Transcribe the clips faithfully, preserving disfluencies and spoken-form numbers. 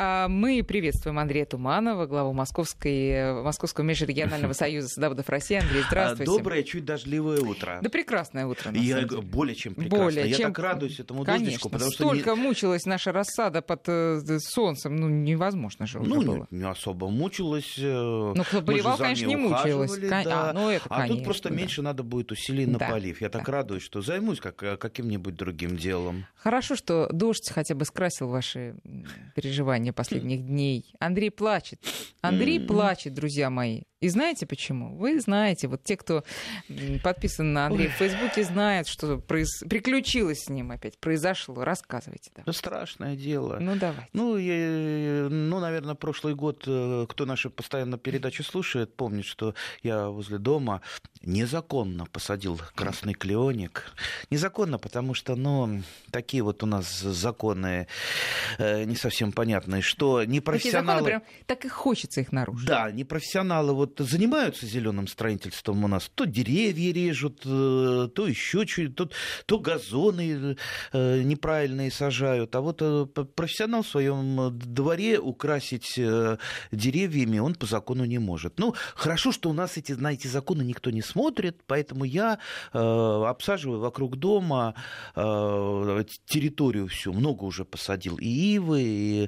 Мы приветствуем Андрея Туманова, главу Московской, Московского межрегионального союза садоводов России. Андрей, здравствуйте. Доброе, чуть дождливое утро. Да прекрасное утро. Я более чем прекрасное. Более Я чем... так радуюсь этому Конечно. дождичку. Потому Столько что не... мучилась наша рассада под э, солнцем. Ну, невозможно же уже ну, было. Не, не особо мучилась. Ну, кто поливал, конечно, не мучилась. Кон... Да. А, ну, это, а конечно, тут просто да. меньше надо будет усилий на да. полив. Я так да. радуюсь, что займусь как, каким-нибудь другим делом. Хорошо, что дождь хотя бы скрасил ваши переживания последних дней. Андрей плачет. Андрей mm-hmm. плачет, друзья мои. И знаете почему? Вы знаете, вот те, кто подписан на Андрея Ой. в Фейсбуке, знают, что произ... приключилось с ним опять, произошло. Рассказывайте. Да. Это страшное дело. Ну, давайте. Ну, я, ну, наверное, прошлый год, кто наши постоянно передачи слушает, помнит, что я возле дома незаконно посадил красный клеоник. Незаконно, потому что, ну, такие вот у нас законы не совсем понятные, что непрофессионалы... Такие законы прям так и хочется их нарушить. Да, непрофессионалы вот занимаются зеленым строительством у нас, то деревья режут, то еще что-то, то, то газоны неправильные сажают, а вот профессионал в своем дворе украсить деревьями он по закону не может. Ну, хорошо, что у нас эти, на эти законы никто не смотрит, поэтому я обсаживаю вокруг дома территорию всю, много уже посадил, и ивы, и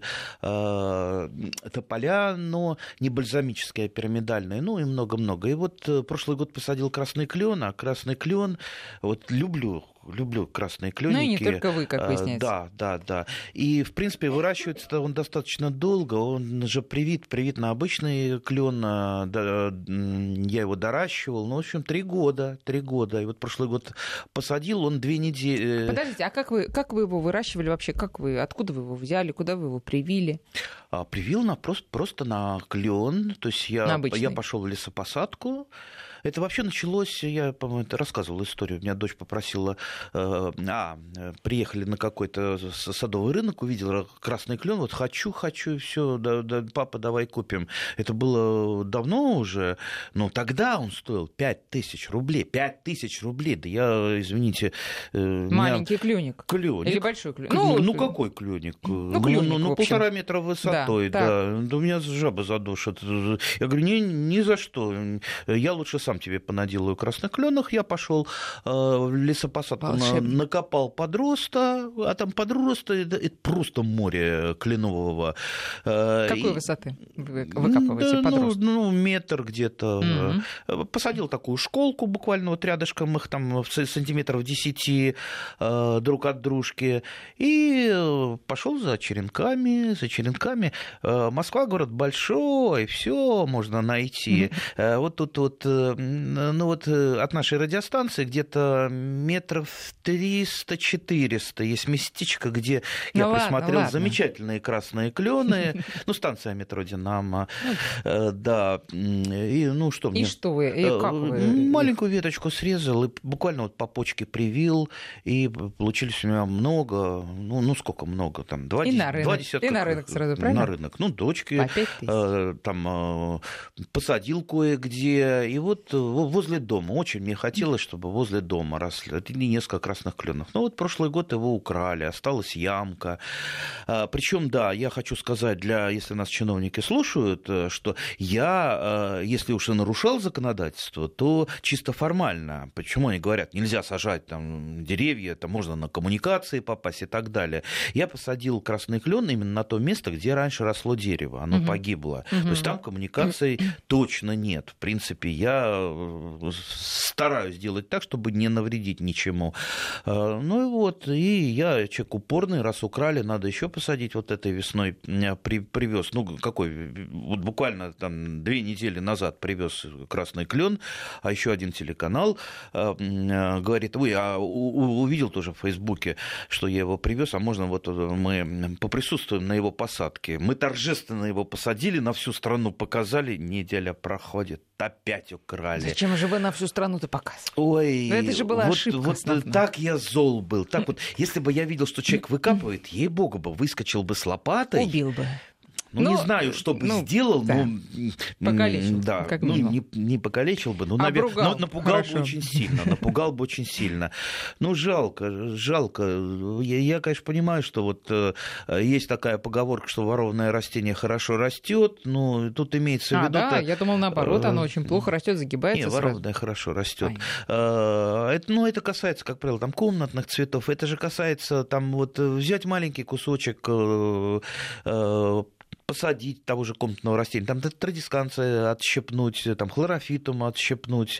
тополя, но не бальзамические, а пирамидальные, ну и много-много. И вот прошлый год посадил красный клен, а красный клен, вот люблю, люблю красные кленики. Ну и не только вы, как выясняется. Да, да, да. И, в принципе, выращивается он достаточно долго, он же привит, привит на обычный клен, да, я его доращивал, ну, в общем, три года, три года. И вот прошлый год посадил, он две недели... Подождите, а как вы, как вы его выращивали вообще? Как вы, откуда вы его взяли, куда вы его привили? А, привил на, просто, просто на клен, то есть я, я пошел в лесопосадку. Это вообще началось, я, по-моему, рассказывал историю. Меня дочь попросила, э, а, приехали на какой-то садовый рынок, увидела красный клен, вот хочу, хочу, и все, да, да, папа, давай купим. Это было давно уже, но тогда он стоил пять тысяч рублей. пять тысяч рублей, да я, извините... Э, Маленький меня... клюник. Клюник. Или большой клюник. Ну, ну, какой клюник? Ну, клюник, ну, ну полтора метра высотой, да. да. Да у меня жаба задушит. Я говорю, ни, ни за что. Я лучше сам тебе понаделаю красных кленах. Я пошел э, в лесопосадку, на, накопал подроста, а там подроста это, это просто море кленового. Э, Какой и... высоты вы выкапываете да, подрост? Ну, ну, метр где-то. Mm-hmm. Посадил такую школку, буквально вот рядышком их там сантиметров десяти э, друг от дружки. И пошел за черенками, за черенками. Э, Москва город большой, все можно найти. Mm-hmm. Э, вот тут вот ну вот от нашей радиостанции где-то метров триста-четыреста есть местечко, где ну я ладно, присмотрел ладно. замечательные красные клены. Ну, станция метро «Динамо». Да. И, ну, что мне... И что вы? И как вы? Маленькую веточку срезал и буквально вот по почке привил. И получились у меня много, ну, ну сколько много, там, два, и дес... на рынок. два десятка. И на рынок сразу, правильно? На рынок. Ну, дочки там посадил кое-где. И вот возле дома. Очень мне хотелось, чтобы возле дома росли несколько красных кленов. Но вот прошлый год его украли, осталась ямка. Причем, да, я хочу сказать, для, если нас чиновники слушают, что я, если уж и нарушал законодательство, то чисто формально. Почему они говорят, нельзя сажать там деревья, там можно на коммуникации попасть и так далее. Я посадил красный клен именно на то место, где раньше росло дерево. Оно угу. погибло. Угу. То есть там коммуникаций точно нет. В принципе, я стараюсь делать так, чтобы не навредить ничему. Ну и вот, и я человек упорный, раз украли, надо еще посадить. Вот этой весной при, привез, ну какой, вот буквально там две недели назад привез красный клен, а еще один телеканал говорит, вы, а увидел тоже в Фейсбуке, что я его привез, а можно вот мы поприсутствуем на его посадке. Мы торжественно его посадили, на всю страну показали, неделя проходит, опять украли. Зачем же вы на всю страну-то показывали? Ой, но это же была вот, ошибка. Вот так я зол был. Так вот, если бы я видел, что человек выкапывает, ей-богу бы, выскочил бы с лопатой. Убил бы. Ну, ну не знаю, что бы ну, сделал, да. но... Покалечил, да, как ну, минимум. не, не покалечил бы, но, навер... но напугал Хорошо. бы очень сильно, напугал бы очень сильно. Ну, жалко, жалко. Я, я, конечно, понимаю, что вот э, есть такая поговорка, что ворованное растение хорошо растет, но тут имеется в виду... А, да, я думал, наоборот, оно очень плохо растет, загибается. Нет, ворованное хорошо растет. Это, ну, это касается, как правило, там, комнатных цветов, это же касается, там, вот, взять маленький кусочек... Э, э, посадить того же комнатного растения, там традисканция отщепнуть, там хлорофитум отщепнуть.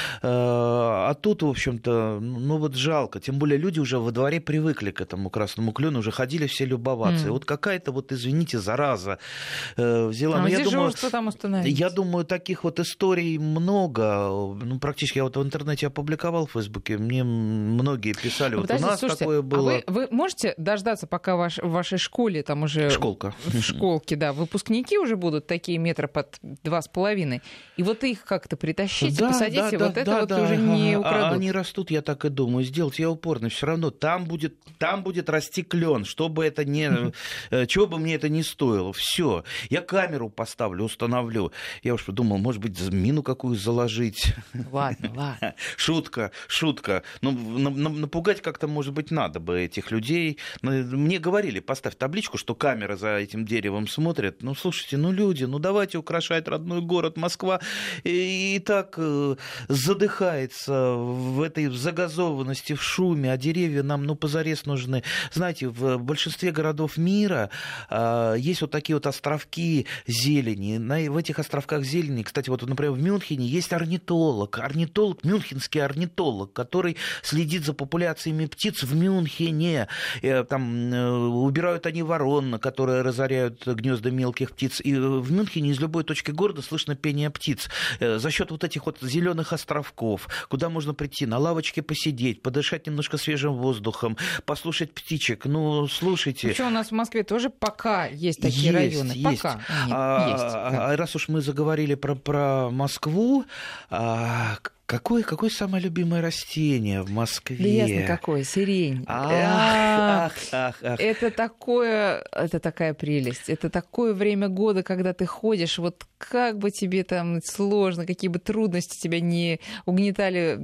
А тут, в общем-то, ну вот жалко. Тем более люди уже во дворе привыкли к этому красному клену, уже ходили все любоваться. Mm. И вот какая-то вот, извините, зараза взяла. А Но где я же думаю, что там установить? Я думаю, таких вот историй много. Ну, практически я вот в интернете опубликовал в Фейсбуке, мне многие писали, вот у нас слушайте, такое было. А вы, вы можете дождаться, пока ваш, в вашей школе там уже... Школка. В школке, да, выпускники уже будут такие метра под два с половиной, и вот их как-то притащите, да, посадите, да, вот да, это да, вот да. уже не украдут. А они растут, я так и думаю, сделать я упорно, все равно там будет, там будет расти клен, что бы это ни, чего бы мне это ни стоило, все. Я камеру поставлю, установлю. Я уж подумал, может быть, мину какую заложить. Ладно, ладно. Шутка, шутка. Ну, напугать как-то, может быть, надо бы этих людей. Мне говорили, поставь табличку, что камера за этим деревом смотрит. Смотрят, ну, слушайте, ну, люди, ну, давайте украшать родной город Москва. И, и так э, задыхается в этой загазованности, в шуме, а деревья нам, ну, позарез нужны. Знаете, в большинстве городов мира э, есть вот такие вот островки зелени. На, в этих островках зелени, кстати, вот, например, в Мюнхене есть орнитолог, орнитолог, мюнхенский орнитолог, который следит за популяциями птиц в Мюнхене. Э, там э, убирают они ворон, которые разоряют гнезда мелких птиц. И в Мюнхене из любой точки города слышно пение птиц. За счет вот этих вот зеленых островков, куда можно прийти, на лавочке посидеть, подышать немножко свежим воздухом, послушать птичек. Ну, слушайте. Причем у нас в Москве тоже пока есть такие есть, районы. Есть. Пока они а, есть. Да. А раз уж мы заговорили про, про Москву, а, Какое, какое самое любимое растение в Москве? Да ясно, какое, сирень. Ах, ах, ах, ах. Это такое, это такая прелесть. Это такое время года, когда ты ходишь, вот как бы тебе там сложно, какие бы трудности тебя не угнетали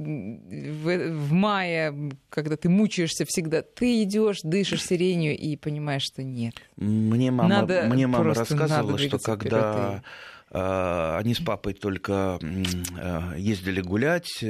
в, в мае, когда ты мучаешься всегда, ты идешь, дышишь сиренью и понимаешь, что нет. Мне мама, надо мне мама просто, рассказывала, что когда... вперед. Они с папой только ездили гулять,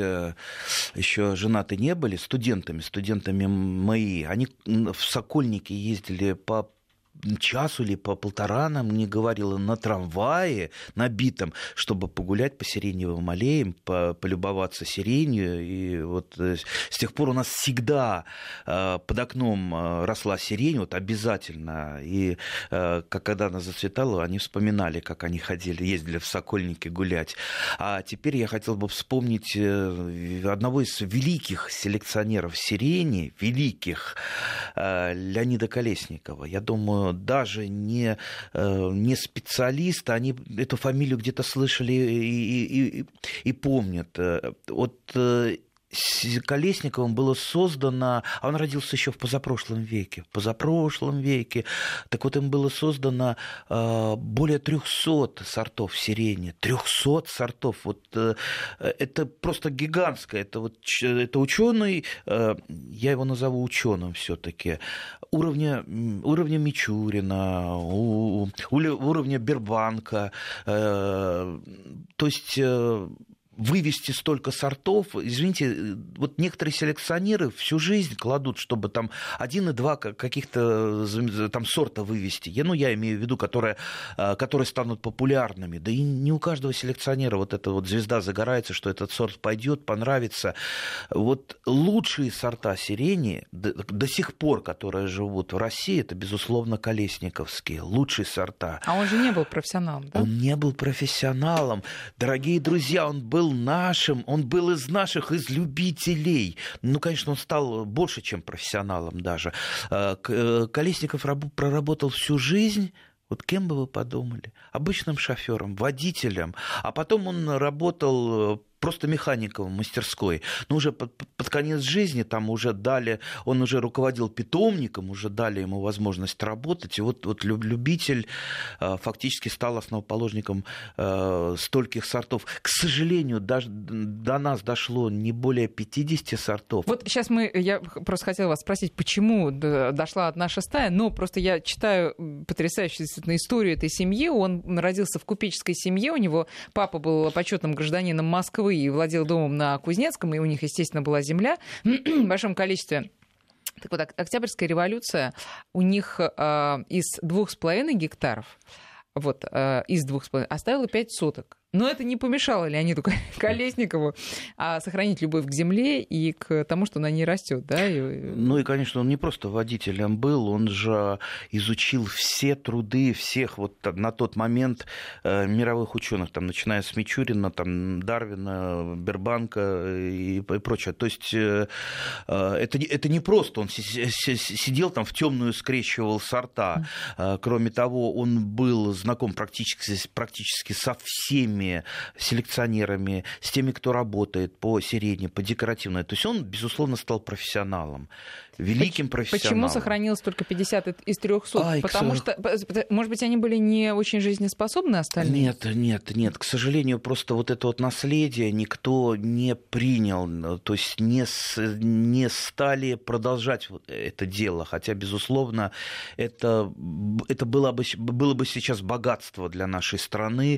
еще женаты не были, студентами, студентами мои. Они в Сокольники ездили по часу или по полтора, нам не говорила, на трамвае набитом, чтобы погулять по сиреневым аллеям, по, полюбоваться сиренью. И вот с тех пор у нас всегда под окном росла сирень, вот обязательно. И когда она зацветала, они вспоминали, как они ходили, ездили в Сокольники гулять. А теперь я хотел бы вспомнить одного из великих селекционеров сирени, великих, Леонида Колесникова. Я думаю, даже не, не специалисты, они эту фамилию где-то слышали и, и, и помнят. Вот с Колесниковым было создано, а он родился еще в позапрошлом веке, в позапрошлом веке, так вот им было создано э, более трехсот сортов сирени, трехсот сортов, вот э, это просто гигантское, это вот это ученый, э, я его назову ученым все-таки, уровня, уровня Мичурина, у, у, уровня Бербанка, э, то есть э, вывести столько сортов, извините, вот некоторые селекционеры всю жизнь кладут, чтобы там один и два каких-то там сорта вывести. Я, ну, я имею в виду, которые, которые станут популярными. Да и не у каждого селекционера вот эта вот звезда загорается, что этот сорт пойдет, понравится. Вот лучшие сорта сирени до, до сих пор, которые живут в России, это, безусловно, колесниковские. Лучшие сорта. А он же не был профессионалом, да? Он не был профессионалом. Дорогие друзья, он был нашим, он был из наших, из любителей. Ну, конечно, он стал больше, чем профессионалом даже. Колесников проработал всю жизнь. Вот кем бы вы подумали? Обычным шофером, водителем. А потом он работал просто механиком в мастерской. Но уже под, под конец жизни там уже дали, он уже руководил питомником, уже дали ему возможность работать. И вот, вот любитель фактически стал основоположником стольких сортов. К сожалению, даже до нас дошло не более пятидесяти сортов. Вот сейчас мы, я просто хотела вас спросить, почему дошла одна шестая, но просто я читаю потрясающую действительно историю этой семьи. Он родился в купеческой семье, у него папа был почетным гражданином Москвы и владел домом на Кузнецком, и у них, естественно, была земля в большом количестве. Так вот, Октябрьская революция у них э, из двух с половиной гектаров, вот, э, из двух с половиной, оставила пять соток. Но это не помешало Леониду Колесникову сохранить любовь к земле и к тому, что на ней растет. Да? Ну и, конечно, он не просто водителем был, он же изучил все труды всех вот на тот момент мировых ученых, там, начиная с Мичурина, там, Дарвина, Бербанка и прочее. То есть это, это не просто он сидел там в темную, скрещивал сорта. Кроме того, он был знаком практически, практически со всеми селекционерами, с теми, кто работает по сирени, по декоративной. То есть он, безусловно, стал профессионалом, великим профессионалом. Почему сохранилось только пятьдесят из трехсот? Ай, Потому что, может быть, они были не очень жизнеспособны остальные? Нет, нет, нет. К сожалению, просто вот это вот наследие никто не принял, то есть не, не стали продолжать вот это дело. Хотя, безусловно, это, это было, бы, было бы сейчас богатство для нашей страны,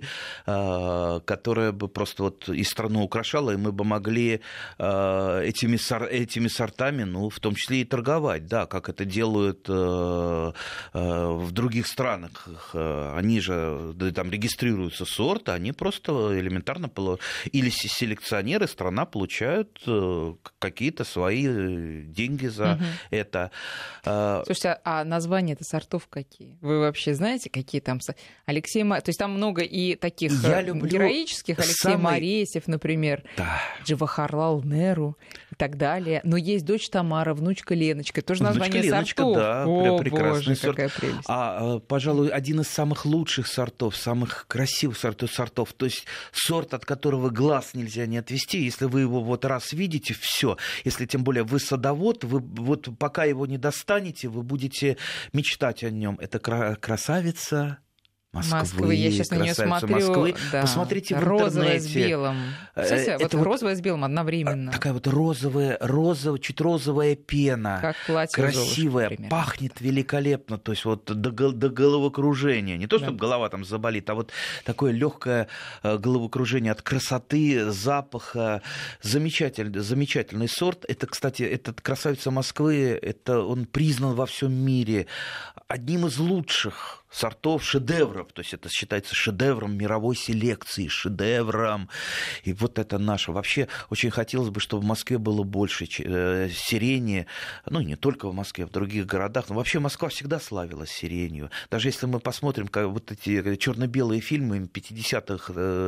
которая бы просто вот и страну украшала, и мы бы могли этими, этими сортами, ну, в том числе и торговать, да, как это делают в других странах. Они же там регистрируются сорты, они просто элементарно, или селекционеры, страна получают какие-то свои деньги за угу. это. Слушайте, а названия это сортов какие? Вы вообще знаете, какие там? Алексей Ма... То есть там много и таких Я люблю героических, Алексей самый... Моресев, например, да. Джавахарлал Неру и так далее. Но есть дочь Тамара, внучка Леночка, тоже внучка название Леночка, сортов. Да, О, прекрасный боже, сорт. Какая прелесть. А, пожалуй, один из самых лучших сортов, самых красивых сортов, сортов, то есть сорт, от которого глаз нельзя не отвести. Если вы его вот раз видите, все. Если тем более вы садовод, вы вот пока его не достанете, вы будете мечтать о нем. Это красавица Москвы, Москвы. Я сейчас на нее смотрю. Москвы. Да. Посмотрите в розовая интернете. С белым. Кстати, это вот, вот розовая с белым одновременно. Такая вот розовая, розовая, чуть розовая пена. Как платье красивая, Золушки, пахнет великолепно. То есть вот до, до головокружения. Не то, чтобы да. голова там заболит, а вот такое легкое головокружение от красоты, запаха. Замечательный, замечательный сорт. Это, кстати, этот красавица Москвы, это он признан во всем мире одним из лучших сортов, шедевров. То есть это считается шедевром мировой селекции, шедевром. И вот это наше. Вообще очень хотелось бы, чтобы в Москве было больше сирени. Ну, не только в Москве, в других городах. Но вообще Москва всегда славилась сиренью. Даже если мы посмотрим как вот эти черно-белые фильмы пятидесятых,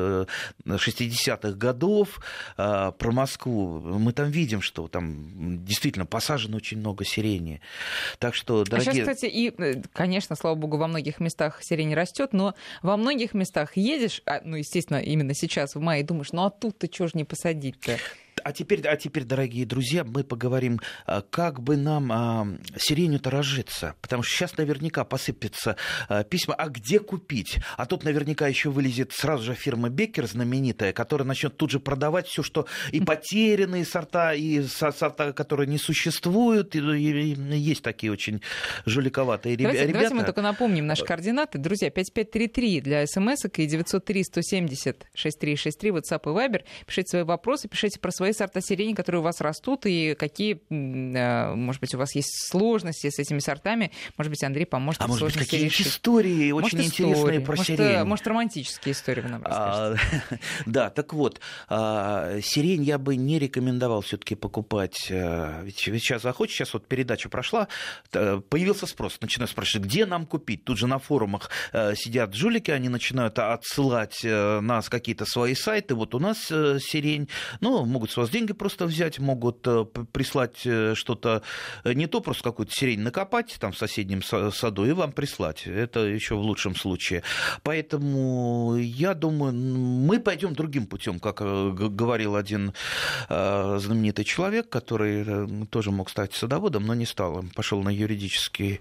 шестидесятых годов про Москву, мы там видим, что там действительно посажено очень много сирени. Так что, дорогие... А сейчас, кстати, и, конечно, слава богу, во многих местах сирень растет, но во многих местах едешь, ну, естественно, именно сейчас, в мае, думаешь, ну, а тут-то чего ж не посадить-то? А теперь, а теперь, дорогие друзья, мы поговорим, как бы нам а, сиренью-то разжиться. Потому что сейчас наверняка посыпятся а, письма, а где купить? А тут наверняка еще вылезет сразу же фирма Беккер знаменитая, которая начнет тут же продавать все, что и потерянные сорта, и сорта, которые не существуют. И, и, и есть такие очень жуликоватые давайте, ребята. Давайте мы только напомним наши координаты. Друзья, пять пять три три для смс-ок и девятьсот три сто семьдесят шестьдесят три шестьдесят три, WhatsApp и Viber. Пишите свои вопросы, пишите про свои сорта сирени, которые у вас растут, и какие, может быть, у вас есть сложности с этими сортами. Может быть, Андрей поможет. А может быть, какие-то решить. истории может, очень истории. интересные про может, сирень. Может, романтические истории вы нам расскажете. А, да, так вот, сирень я бы не рекомендовал все-таки покупать. Ведь, ведь сейчас захочешь, сейчас вот передача прошла, появился спрос. Начинают спрашивать, где нам купить? Тут же на форумах сидят жулики, они начинают отсылать нас какие-то свои сайты. Вот у нас сирень, ну, могут вас деньги просто взять, могут прислать что-то, не то просто какую-то сирень накопать там в соседнем саду и вам прислать. Это еще в лучшем случае. Поэтому я думаю, мы пойдем другим путем, как говорил один знаменитый человек, который тоже мог стать садоводом, но не стал. Он пошел на юридический.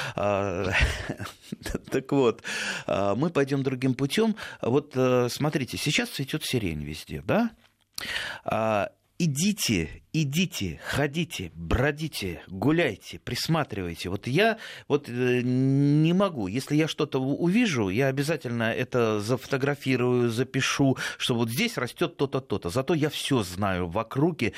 Так вот, мы пойдем другим путем. Вот смотрите, сейчас цветет сирень везде, да? Идите, идите, ходите, бродите, гуляйте, присматривайте. Вот я вот не могу. Если я что-то увижу, я обязательно это зафотографирую, запишу, что вот здесь растет то-то, то-то. Зато я все знаю в округе.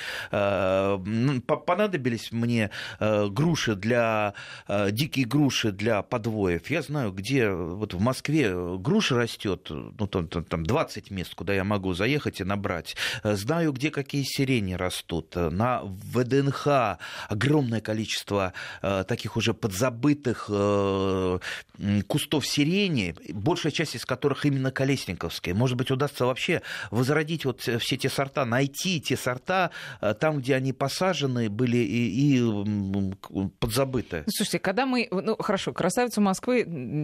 Понадобились мне груши для, дикие груши для подвоев. Я знаю, где вот в Москве груша растет, ну там, там двадцать мест, куда я могу заехать и набрать. Знаю, где какие сирени растут. На ВДНХ огромное количество э, таких уже подзабытых э, кустов сирени, большая часть из которых именно колесниковские. Может быть, удастся вообще возродить вот все те сорта, найти те сорта э, там, где они посажены были и, и подзабыты. Слушайте, когда мы... Ну, хорошо, красавицу Москвы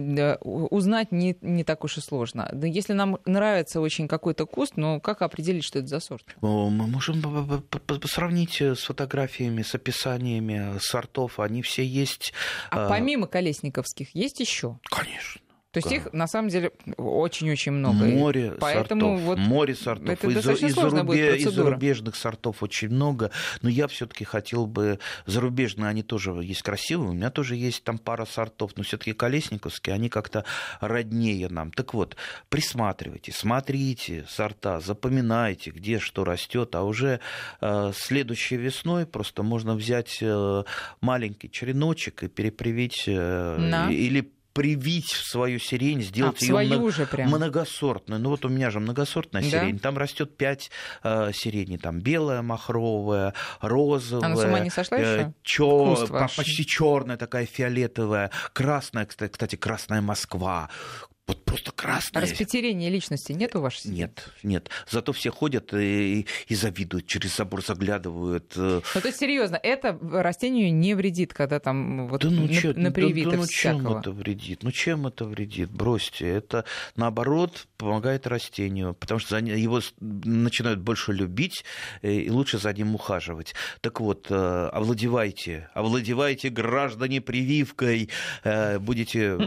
узнать не, не так уж и сложно. Если нам нравится очень какой-то куст, но как определить, что это за сорт? Мы можем сравнить с фотографиями, с описаниями сортов, они все есть. А помимо колесниковских есть еще? Конечно. То есть их, на самом деле, очень-очень много. Море Поэтому сортов. Вот Море сортов. Это из, достаточно из, сложная зарубе... будет процедура. Из зарубежных сортов очень много. Но я все-таки хотел бы... Зарубежные, они тоже есть красивые. У меня тоже есть там пара сортов. Но все-таки колесниковские, они как-то роднее нам. Так вот, присматривайте, смотрите сорта, запоминайте, где что растет. А уже э, следующей весной просто можно взять э, маленький череночек и перепривить э, На. или привить в свою сирень, сделать а, ее много, многосортную. Ну вот у меня же многосортная да? сирень. Там растет пять э, сиреней. Там белая, махровая, розовая. Она с ума не сошла э, еще? Чё, почти черная такая, фиолетовая. Красная, кстати, красная Москва. Вот просто красное. Распределения личности нет у вас? Нет, нет. Зато все ходят и, и завидуют, через забор заглядывают. Ну, то есть, серьезно, это растению не вредит, когда там вот да ну, на, чё, на привитых да, да, ну всякого? чем это вредит? Ну чем это вредит? Бросьте. Это, наоборот, помогает растению, потому что его начинают больше любить и лучше за ним ухаживать. Так вот, овладевайте, овладевайте, граждане, прививкой, будете,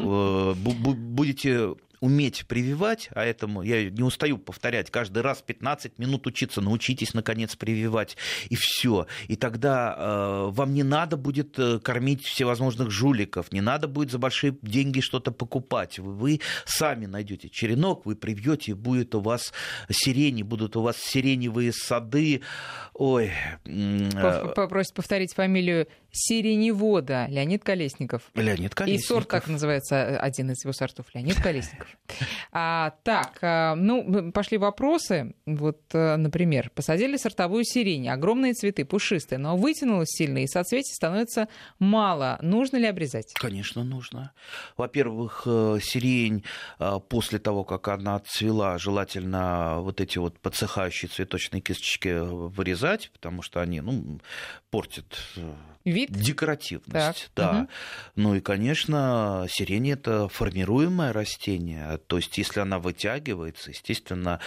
будете уметь прививать, а этому я не устаю повторять, каждый раз пятнадцать минут учиться, научитесь, наконец, прививать, и все. И тогда э, вам не надо будет кормить всевозможных жуликов, не надо будет за большие деньги что-то покупать. Вы, вы сами найдете черенок, вы привьете, и будет у вас сирени, будут у вас сиреневые сады. Ой. Попросит повторить фамилию сиреневода Леонид Колесников. Леонид Колесников. И сорт, как называется, один из его сортов, Леонид Колесников. А, так, ну, пошли вопросы. Вот, например, посадили сортовую сирень, огромные цветы, пушистые, но вытянулось сильно, и соцветий становится мало. Нужно ли обрезать? Конечно, нужно. Во-первых, сирень после того, как она отцвела, желательно вот эти вот подсыхающие цветочные кисточки вырезать, потому что они, ну, портят вид, декоративность. Так. Да. Угу. Ну и, конечно, сирень — это формируемое растение. То есть, если она вытягивается, естественно,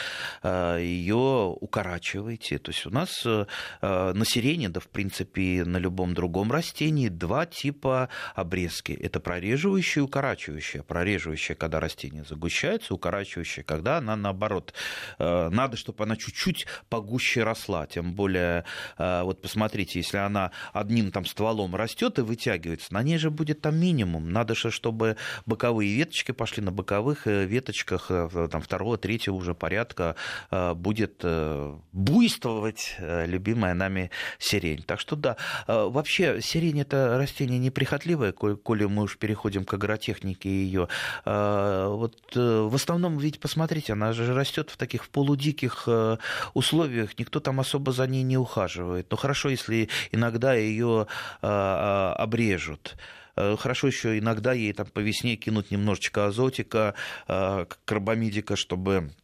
ее укорачиваете. То есть, у нас на сирени, да, в принципе, на любом другом растении два типа обрезки. Это прореживающая и укорачивающая. Прореживающая, когда растение загущается, укорачивающая, когда она, наоборот, надо, чтобы она чуть-чуть погуще росла. Тем более, вот посмотрите, если она одним там стволом растет и вытягивается, на ней же будет там минимум. Надо же, чтобы боковые веточки пошли, на боковых веточках там, второго, третьего уже порядка будет буйствовать любимая нами сирень. Так что да, вообще сирень — это растение неприхотливое, коли мы уж переходим к агротехнике ее. Вот в основном, ведь посмотрите, она же растет в таких полудиких условиях, никто там особо за ней не ухаживает. Но хорошо, если иногда ее обрежут. Хорошо еще иногда ей там по весне кинуть немножечко азотика, карбамидика, чтобы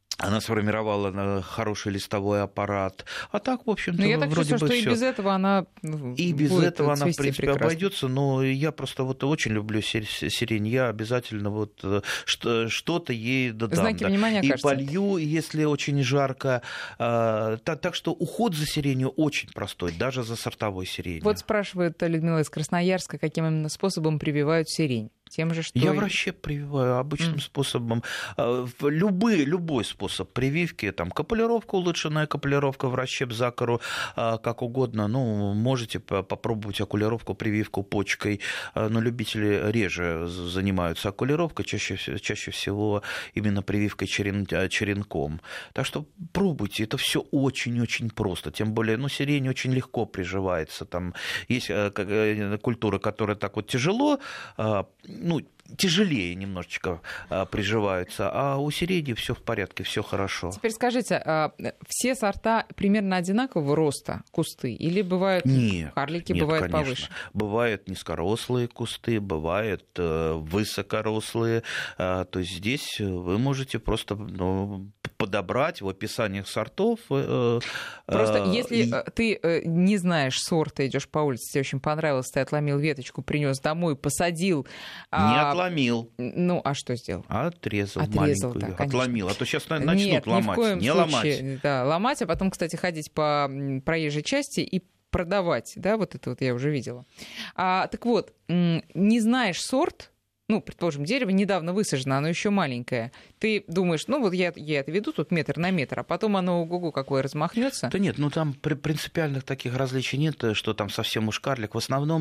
Она сформировала хороший листовой аппарат. А так, в общем-то, но я так вроде чувствую, бы что всё. И без этого она И без этого она, в принципе, прекрасно. обойдется. Но я просто вот очень люблю сирень. Я обязательно вот что-то ей додам. Знаки да. внимания, И кажется. полью, если очень жарко. Так, так что уход за сиренью очень простой, даже за сортовой сиренью. Вот спрашивает Людмила из Красноярска, каким именно способом прививают сирень. Тем же, что Я и... в расщеп прививаю обычным mm. способом. Любой, любой способ прививки, там, капулировка, улучшенная капулировка в расщеп закору, как угодно. Ну, можете попробовать окулировку, прививку почкой, но любители реже занимаются окулировкой, чаще, чаще всего именно прививкой черен, черенком. Так что пробуйте, это все очень-очень просто. Тем более, ну, сирень очень легко приживается. Там есть культуры, которые так вот тяжело, ну, тяжелее немножечко а, приживаются, а у сирени все в порядке, все хорошо. Теперь скажите, а все сорта примерно одинакового роста, кусты, или бывают нет, карлики, нет, бывают конечно. повыше? Бывают низкорослые кусты, бывают э, высокорослые. Э, то есть здесь вы можете просто ну, подобрать в описаниях сортов. Э, просто э, если и... ты э, не знаешь сорта, идешь по улице, тебе очень понравилось, ты отломил веточку, принес домой, посадил. Не отломил. Ну, а что сделал? Отрезал, Отрезал, маленькую. Да, Отломил. А то сейчас начнут Нет, ломать. Ни в коем не случае, ломать. Да, ломать, а потом, кстати, ходить по проезжей части и продавать. Да, вот это вот я уже видела. А, так вот, не знаешь сорт, ну, предположим, дерево недавно высажено, оно еще маленькое. Ты думаешь, ну вот я, я это веду тут метр на метр, а потом оно ого-го какое размахнется. Да нет, ну там принципиальных таких различий нет, что там совсем уж карлик. В основном,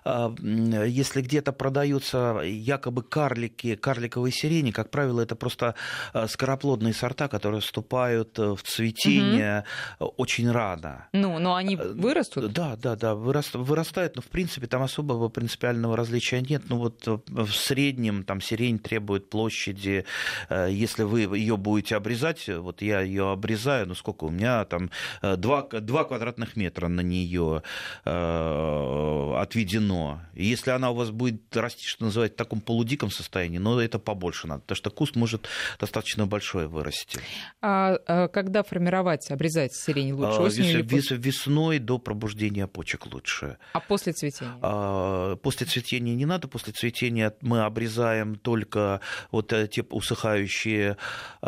если где-то продаются якобы карлики, карликовые сирени, как правило, это просто скороплодные сорта, которые вступают в цветение угу. очень рано. Ну, но они вырастут? Да, да, да, вырастают, но в принципе там особого принципиального различия нет. Ну вот в среднем там сирень требует площади, если вы ее будете обрезать, вот я ее обрезаю, ну сколько у меня там два квадратных метра на нее отведено. Если она у вас будет расти, что называется, в таком полудиком состоянии, но это побольше надо, потому что куст может достаточно большой вырасти. А когда формировать, обрезать сирень лучше? Осенью Вес, или... Весной до пробуждения почек лучше. А после цветения? После цветения не надо, после цветения мы обрезаем только вот те усыхающие,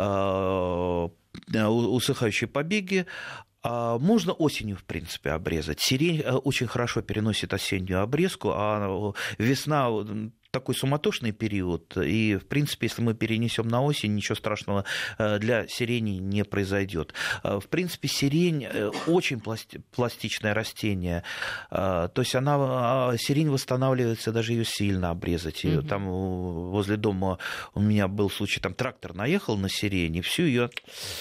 усыхающие побеги. Можно осенью, в принципе, обрезать. Сирень очень хорошо переносит осеннюю обрезку, а весна такой суматошный период, и, в принципе, если мы перенесем на осень, ничего страшного для сирени не произойдет. В принципе, сирень очень пластичное растение, то есть она, сирень восстанавливается, даже ее сильно обрезать. Ее, mm-hmm. Там возле дома у меня был случай, там трактор наехал на сирень, и всю ее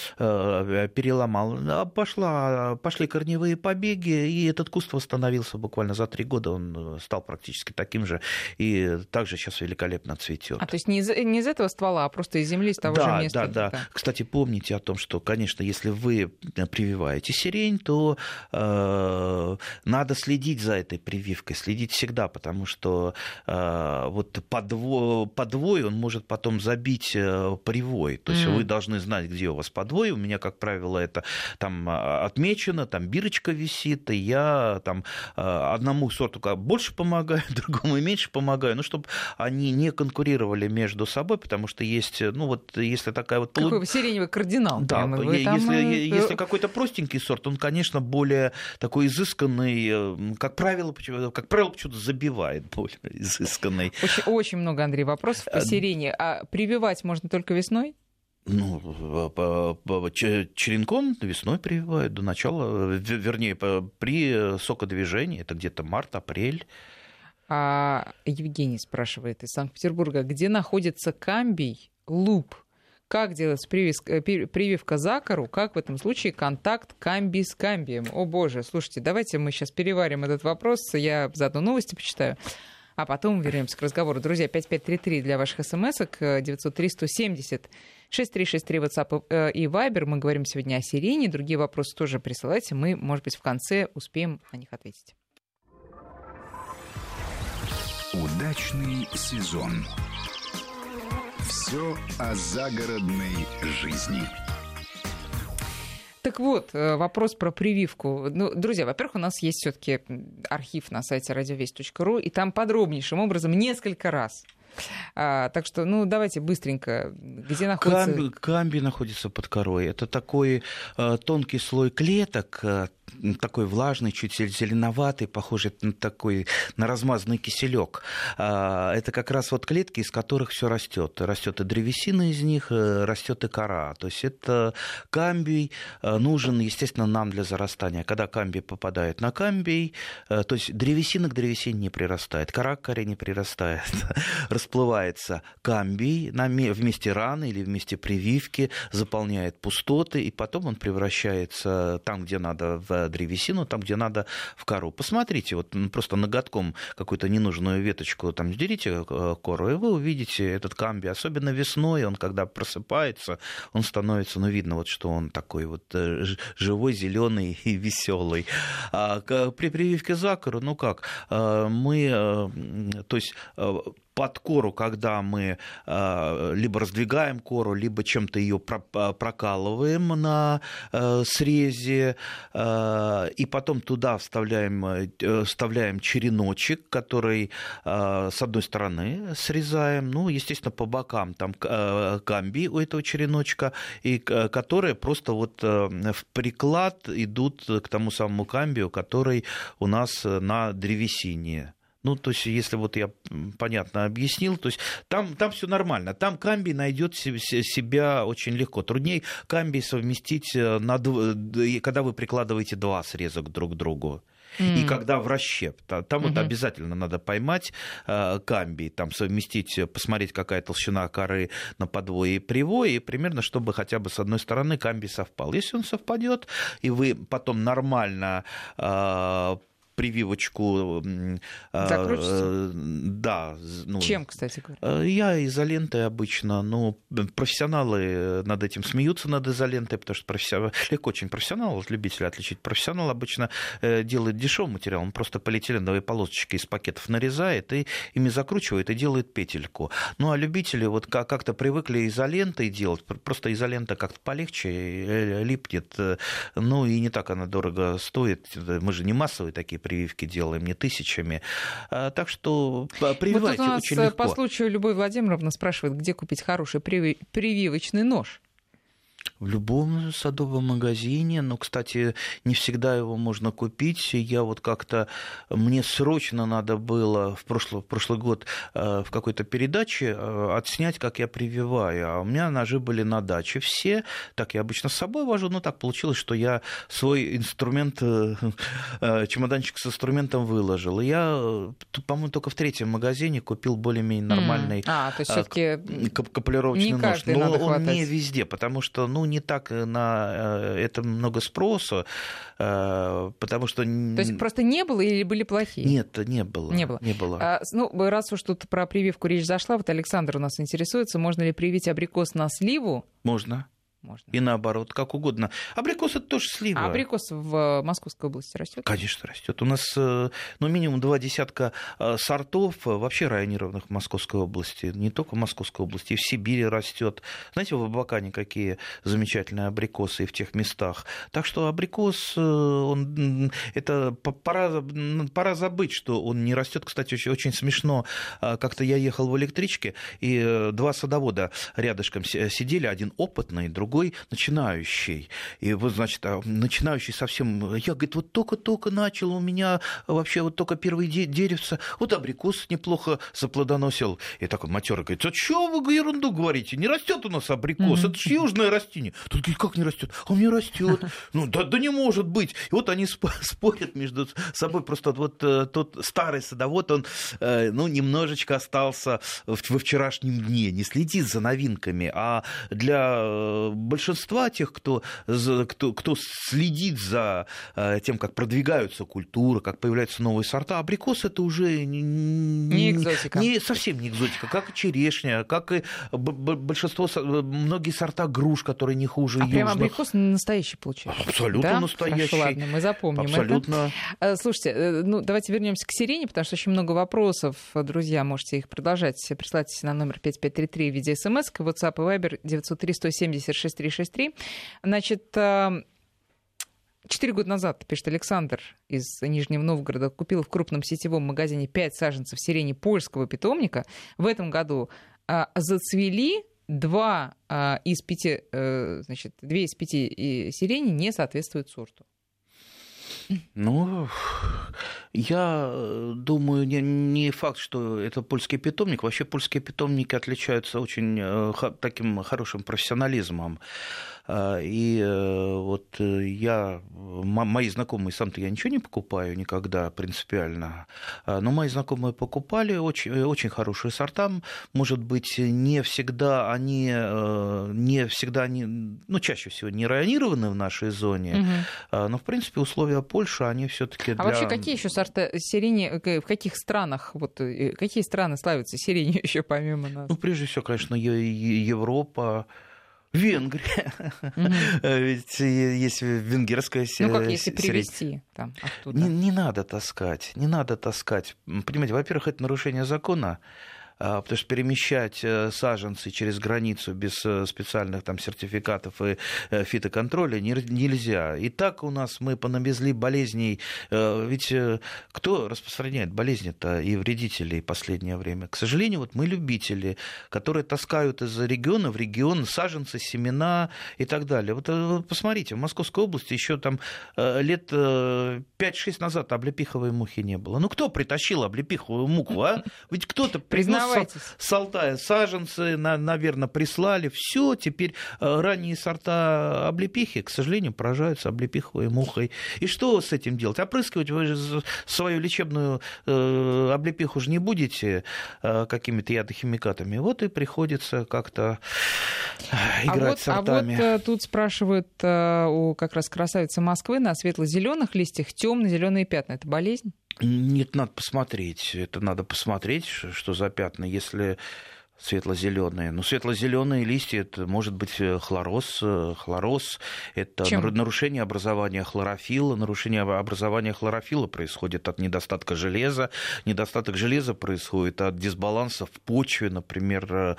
переломал. Пошла, пошли корневые побеги, и этот куст восстановился буквально за три года, он стал практически таким же, и также сейчас великолепно цветет. А то есть не из, не из этого ствола, а просто из земли, с того да, же места? Да, да, да. Кстати, помните о том, что, конечно, если вы прививаете сирень, то э, надо следить за этой прививкой, следить всегда, потому что э, вот подвой, подвой, он может потом забить привой. То есть mm. вы должны знать, где у вас подвой. У меня, как правило, это там отмечено, там бирочка висит, и я там одному сорту больше помогаю, другому меньше помогаю, ну, чтобы они не конкурировали между собой, потому что есть, ну вот, если такая вот... Какой вы сиреневый кардинал. Да, вы если, там... если какой-то простенький сорт, он, конечно, более такой изысканный, как правило, как правило, почему-то забивает более изысканный. Очень, очень много, Андрей, вопросов по сирене. А прививать можно только весной? Ну, черенком весной прививают до начала, вернее, при сокодвижении, это где-то март-апрель. А Евгений спрашивает из Санкт-Петербурга, где находится камбий, луп? Как делать прививка, прививка закору? Как в этом случае контакт камбий с камбием? О боже, слушайте, давайте мы сейчас переварим этот вопрос, я заодно новости почитаю, а потом вернемся к разговору. Друзья, пять пять три три для ваших смс-ок, девять три сто семьдесят шесть три шесть три WhatsApp и Viber. Мы говорим сегодня о сирене, другие вопросы тоже присылайте, мы, может быть, в конце успеем на них ответить. Удачный сезон. Все о загородной жизни. Так вот, вопрос про прививку. Ну, друзья, во-первых, у нас есть все-таки архив на сайте радиовесть точка ру, и там подробнейшим образом несколько раз. А, так что, ну, давайте быстренько. Где находится... Камби, камби находится под корой. Это такой э, тонкий слой клеток, э, такой влажный, чуть зеленоватый, похожий на такой, на размазанный киселек. Э, это как раз вот клетки, из которых все растет. Растет и древесина из них, э, растет и кора. То есть это камбий э, нужен, естественно, нам для зарастания. Когда камбий попадает на камбий, э, то есть древесина к древесине не прирастает, кора к коре не прирастает. Расплывается камбий в месте раны или в месте прививки, заполняет пустоты, и потом он превращается там, где надо, в древесину, там, где надо, в кору. Посмотрите, вот просто ноготком какую-то ненужную веточку там сдерите кору, и вы увидите этот камбий. Особенно весной, он когда просыпается, он становится, ну, видно, вот, что он такой вот живой, зеленый и веселый. А при прививке за кору, ну как, мы, то есть под кору, когда мы э, либо раздвигаем кору, либо чем-то ее прокалываем на э, срезе, э, и потом туда вставляем, э, вставляем череночек, который э, с одной стороны срезаем, ну, естественно, по бокам там э, камбий у этого череночка, и, э, которые просто вот э, в приклад идут к тому самому камбию, который у нас на древесине. Ну, то есть, если вот я понятно объяснил, то есть там, там все нормально. Там камбий найдет себя очень легко. Труднее камбий совместить, на, когда вы прикладываете два среза друг к другу. Mm. И когда в расщеп, там mm-hmm. вот обязательно надо поймать э, камбий, там совместить, посмотреть, какая толщина коры на подвое и привое, и примерно, чтобы хотя бы с одной стороны камбий совпал. Если он совпадет, и вы потом нормально э, прививочку... Закрутите? Э, да. Ну, чем, кстати говоря? Я изолентой обычно. Ну, профессионалы над этим смеются, над изолентой, потому что профессионал, легко очень профессионал, вот любителя отличить. Профессионал обычно делает дешевый материал, он просто полиэтиленовые полосочки из пакетов нарезает и ими закручивает и делает петельку. Ну, а любители вот как-то привыкли изолентой делать, просто изолента как-то полегче липнет, ну, и не так она дорого стоит. Мы же не массовые такие прививки делаем, не тысячами. Так что прививайте вот очень легко. По случаю Любовь Владимировна спрашивает, где купить хороший прививочный нож. В любом садовом магазине, но, кстати, не всегда его можно купить. Я вот как-то, мне срочно надо было в прошлый, в прошлый год в какой-то передаче отснять, как я прививаю. А у меня ножи были на даче все. Так я обычно с собой вожу, но так получилось, что я свой инструмент, чемоданчик с инструментом выложил. И я, по-моему, только в третьем магазине купил более-менее нормальный а, то есть всё-таки каплировочный нож. Но он не везде, потому что, ну, не так на это много спроса, потому что... То есть просто не было или были плохие? Нет, не было. Не было. Не было. А, ну, раз уж тут про прививку речь зашла, вот Александр у нас интересуется, можно ли привить абрикос на сливу? Можно. Можно. И наоборот, как угодно. Абрикос — это тоже слива. А абрикос в Московской области растет? Конечно, растет. У нас ну, минимум два десятка сортов вообще районированных в Московской области. Не только в Московской области, и в Сибири растет. Знаете, в Абакане какие замечательные абрикосы и в тех местах. Так что абрикос, он, это пора, пора забыть, что он не растет. Кстати, очень, очень смешно. Как-то я ехал в электричке, и два садовода рядышком сидели, один опытный, другой другой начинающий. И вот, значит, начинающий совсем... Я, говорит, вот только-только начал, у меня вообще вот только первые деревца, вот абрикос неплохо заплодоносил. И такой матерый говорит, а что вы ерунду говорите? Не растет у нас абрикос, mm-hmm. это же южное растение. Тут говорит, как не растет? А у меня растет. Ну, да, да не может быть. И вот они спорят между собой. Просто вот тот старый садовод, он, ну, немножечко остался во вчерашнем дне, не следит за новинками, а для большинства тех, кто, кто, кто следит за тем, как продвигаются культуры, как появляются новые сорта, абрикос — это уже не, не экзотика. Не, совсем не экзотика, как и черешня, как и большинство, многие сорта груш, которые не хуже а южных. А прям абрикос настоящий получается? Абсолютно да? настоящий. Хорошо, ладно, мы запомним Абсолютно. это. Слушайте, ну давайте вернемся к сирене, потому что очень много вопросов, друзья, можете их продолжать присылать на номер пять пять три три в виде смс, WhatsApp и Viber девять ноль три сто семьдесят шесть триста шестьдесят три. Значит, Четыре года назад, пишет Александр из Нижнего Новгорода, купил в крупном сетевом магазине пять саженцев сирени польского питомника. В этом году а, зацвели два а, из пяти, а, значит, две из пяти сирени не соответствуют сорту. Ну, я думаю, не, не факт, что это польский питомник. Вообще польские питомники отличаются очень э, х, таким хорошим профессионализмом. И вот я, мои знакомые, сам-то я ничего не покупаю никогда принципиально, но мои знакомые покупали очень, очень хорошие сорта. Может быть, не всегда они, не всегда они, ну, чаще всего не районированы в нашей зоне, угу. но, в принципе, условия Польши, они все-таки для... А вообще какие еще сорта сирени, в каких странах, вот, какие страны славятся сиренью еще помимо нас? Ну, прежде всего, конечно, Европа, Венгрия. Mm-hmm. Ведь есть венгерская сирень. Ну как, если привезти там оттуда? Не, не надо таскать, не надо таскать. Понимаете, во-первых, это нарушение закона, потому что перемещать саженцы через границу без специальных там сертификатов и фитоконтроля нельзя. И так у нас мы понавезли болезней. Ведь кто распространяет болезни-то и вредителей в последнее время? К сожалению, вот мы любители, которые таскают из региона в регион саженцы, семена и так далее. Вот посмотрите, в Московской области еще там лет пять-шесть назад облепиховой мухи не было. Ну кто притащил облепиховую муху, а? Ведь кто-то признал с Алтая саженцы, на, наверное, прислали. Все, теперь ранние сорта облепихи, к сожалению, поражаются облепиховой мухой. И что с этим делать? Опрыскивать вы же свою лечебную э, облепиху же не будете э, какими-то ядохимикатами. Вот и приходится как-то играть а вот, сортами. А вот тут спрашивают э, у как раз красавицы Москвы на светло-зеленых листьях темно-зеленые пятна. Это болезнь? Нет, надо посмотреть. Это надо посмотреть, что за пятна. Если светло-зеленые. Ну, светло-зеленые листья, это может быть хлороз. Хлороз – это Чем? нарушение образования хлорофилла. Нарушение образования хлорофилла происходит от недостатка железа. Недостаток железа происходит от дисбаланса в почве. Например,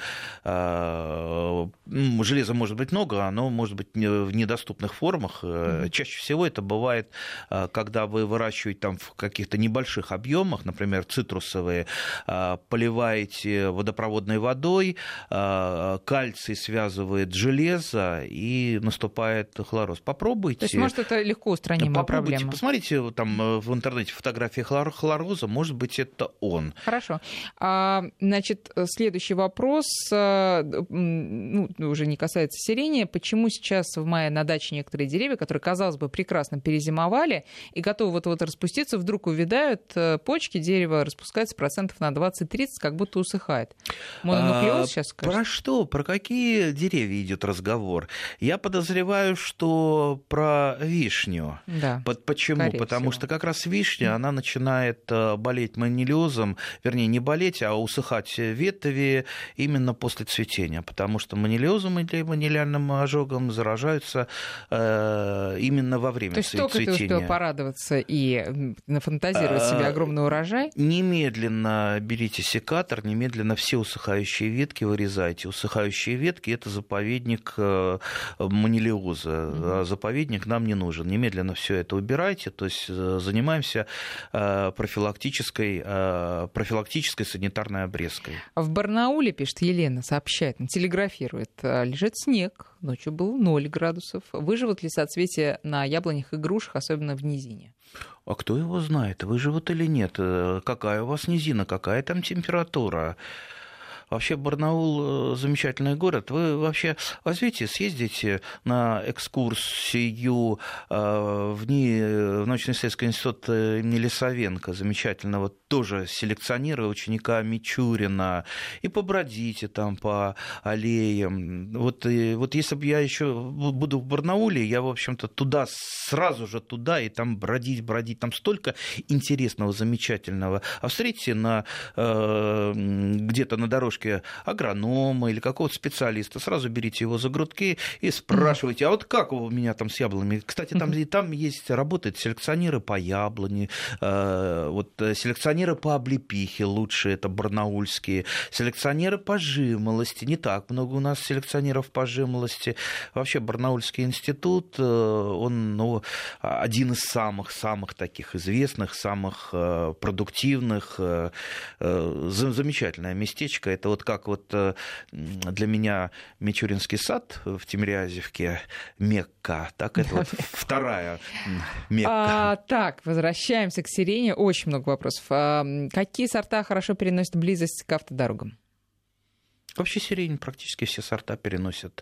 железа может быть много, оно может быть в недоступных формах. Mm-hmm. Чаще всего это бывает, когда вы выращиваете там в каких-то небольших объемах, например, цитрусовые, поливаете водопроводной водой, водой, кальций связывает железо, и наступает хлороз. Попробуйте. То есть, может, это легко устранимая проблема? Посмотрите там в интернете фотографии хлороза, может быть, это он. Хорошо. А, значит, следующий вопрос, ну, уже не касается сирени. Почему сейчас в мае на даче некоторые деревья, которые, казалось бы, прекрасно перезимовали и готовы вот-вот распуститься, вдруг увядают почки, дерево распускается процентов на двадцать-тридцать, как будто усыхает? Мононуклеоз сейчас скажешь? Про что? Про какие деревья идет разговор? Я подозреваю, что про вишню. Да, почему? Потому всего. что как раз вишня, она начинает болеть мононуклеозом, вернее, не болеть, а усыхать ветви именно после цветения, потому что мононуклеозом или монилиальным ожогом заражаются именно во время цветения. То есть только ты успел порадоваться и нафантазировать себе огромный урожай? Немедленно берите секатор, немедленно все усыхающие ветки вырезайте. Усыхающие ветки – это заповедник монилиоза. Mm-hmm. Заповедник нам не нужен. Немедленно все это убирайте. То есть занимаемся профилактической, профилактической санитарной обрезкой. В Барнауле, пишет Елена, сообщает, телеграфирует, лежит снег. Ночью было ноль градусов. Выживут ли соцветия на яблонях и грушах, особенно в низине? А кто его знает, выживут или нет? Какая у вас низина, какая там температура? Вообще Барнаул замечательный город. Вы вообще возьмите, съездите на экскурсию в, НИИ, в научно-исследовательский институт имени Лисовенко, замечательного, тоже селекционера, ученика Мичурина, и побродите там по аллеям. Вот, и, вот если бы я еще буду в Барнауле, я, в общем-то, туда, сразу же туда, и там бродить, бродить. Там столько интересного, замечательного. А встретите на, где-то на дорожке бабушки агронома или какого-то специалиста, сразу берите его за грудки и спрашивайте, а вот как у меня там с яблонями? Кстати, там, там есть, работают селекционеры по яблоне, вот селекционеры по облепихе лучше, это барнаульские, селекционеры по жимолости, не так много у нас селекционеров по жимолости. Вообще Барнаульский институт, он ну, один из самых-самых таких известных, самых продуктивных, замечательное местечко. Это вот как вот для меня Мичуринский сад в Тимирязевке Мекка, так это вот вторая Мекка. А, так, возвращаемся к сирене. Очень много вопросов. А, какие сорта хорошо переносят близость к автодорогам? Вообще сирень практически все сорта переносят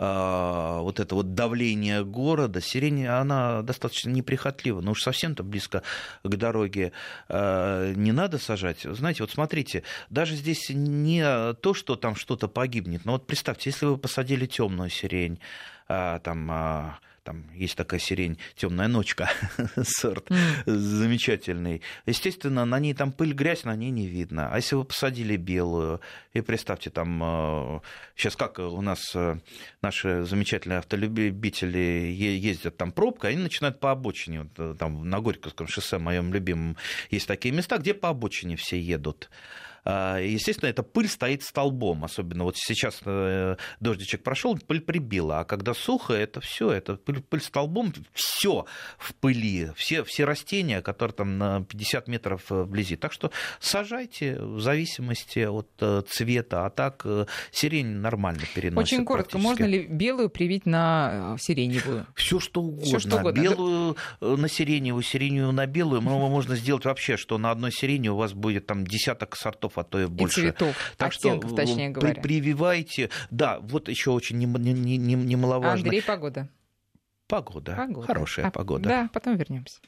а, вот это вот давление города. Сирень, она достаточно неприхотлива, но уж совсем-то близко к дороге а, не надо сажать. Знаете, вот смотрите, даже здесь не то, что там что-то погибнет, но вот представьте, если вы посадили темную сирень, а, там... А, там есть такая сирень «Темная ночка», сорт mm. замечательный. Естественно, на ней там пыль, грязь, на ней не видно. А если вы посадили белую, и представьте, там сейчас как у нас наши замечательные автолюбители ездят, там пробка, они начинают по обочине, вот, там на Горьковском шоссе, моем любимом, есть такие места, где по обочине все едут. Естественно, эта пыль стоит столбом, особенно вот сейчас дождичек прошел, пыль прибила, а когда сухо, это все, это пыль, пыль столбом, все в пыли, все, все растения, которые там на пятьдесят метров вблизи. Так что сажайте в зависимости от цвета, а так сирень нормально переносит. Очень коротко, можно ли белую привить на сиреневую? Все что угодно. Всё, что угодно. Белую на сиреневую, сиреневую на белую, можно сделать вообще, что на одной сирене у вас будет там десяток сортов, а то и больше. И цветов, так оттенков, что точнее говоря. При, прививайте. Да, вот еще очень немаловажно. Андрей, погода. Погода. Погода. Хорошая а, погода. Да, потом вернемся.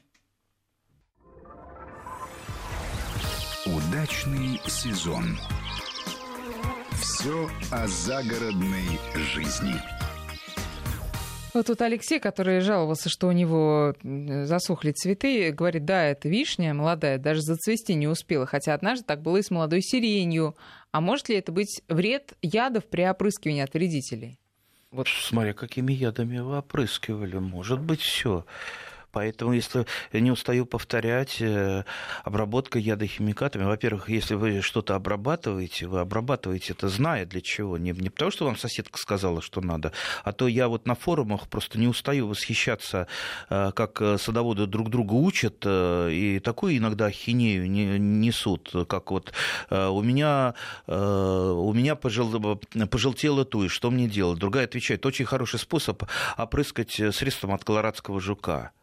Удачный сезон. Все о загородной жизни. Вот тут Алексей, который жаловался, что у него засохли цветы, говорит, да, это вишня молодая, даже зацвести не успела, хотя однажды так было и с молодой сиренью. А может ли это быть вред ядов при опрыскивании от вредителей? Вот. Смотря какими ядами вы опрыскивали, может быть, все. Поэтому, если не устаю повторять, обработка ядохимикатами, во-первых, если вы что-то обрабатываете, вы обрабатываете это зная для чего. Не, не потому, что вам соседка сказала, что надо, а то я вот на форумах просто не устаю восхищаться, как садоводы друг друга учат, и такую иногда ахинею несут, как вот у меня, у меня пожел, пожелтела туй, что мне делать? Другая отвечает, очень хороший способ опрыскать средством от колорадского жука.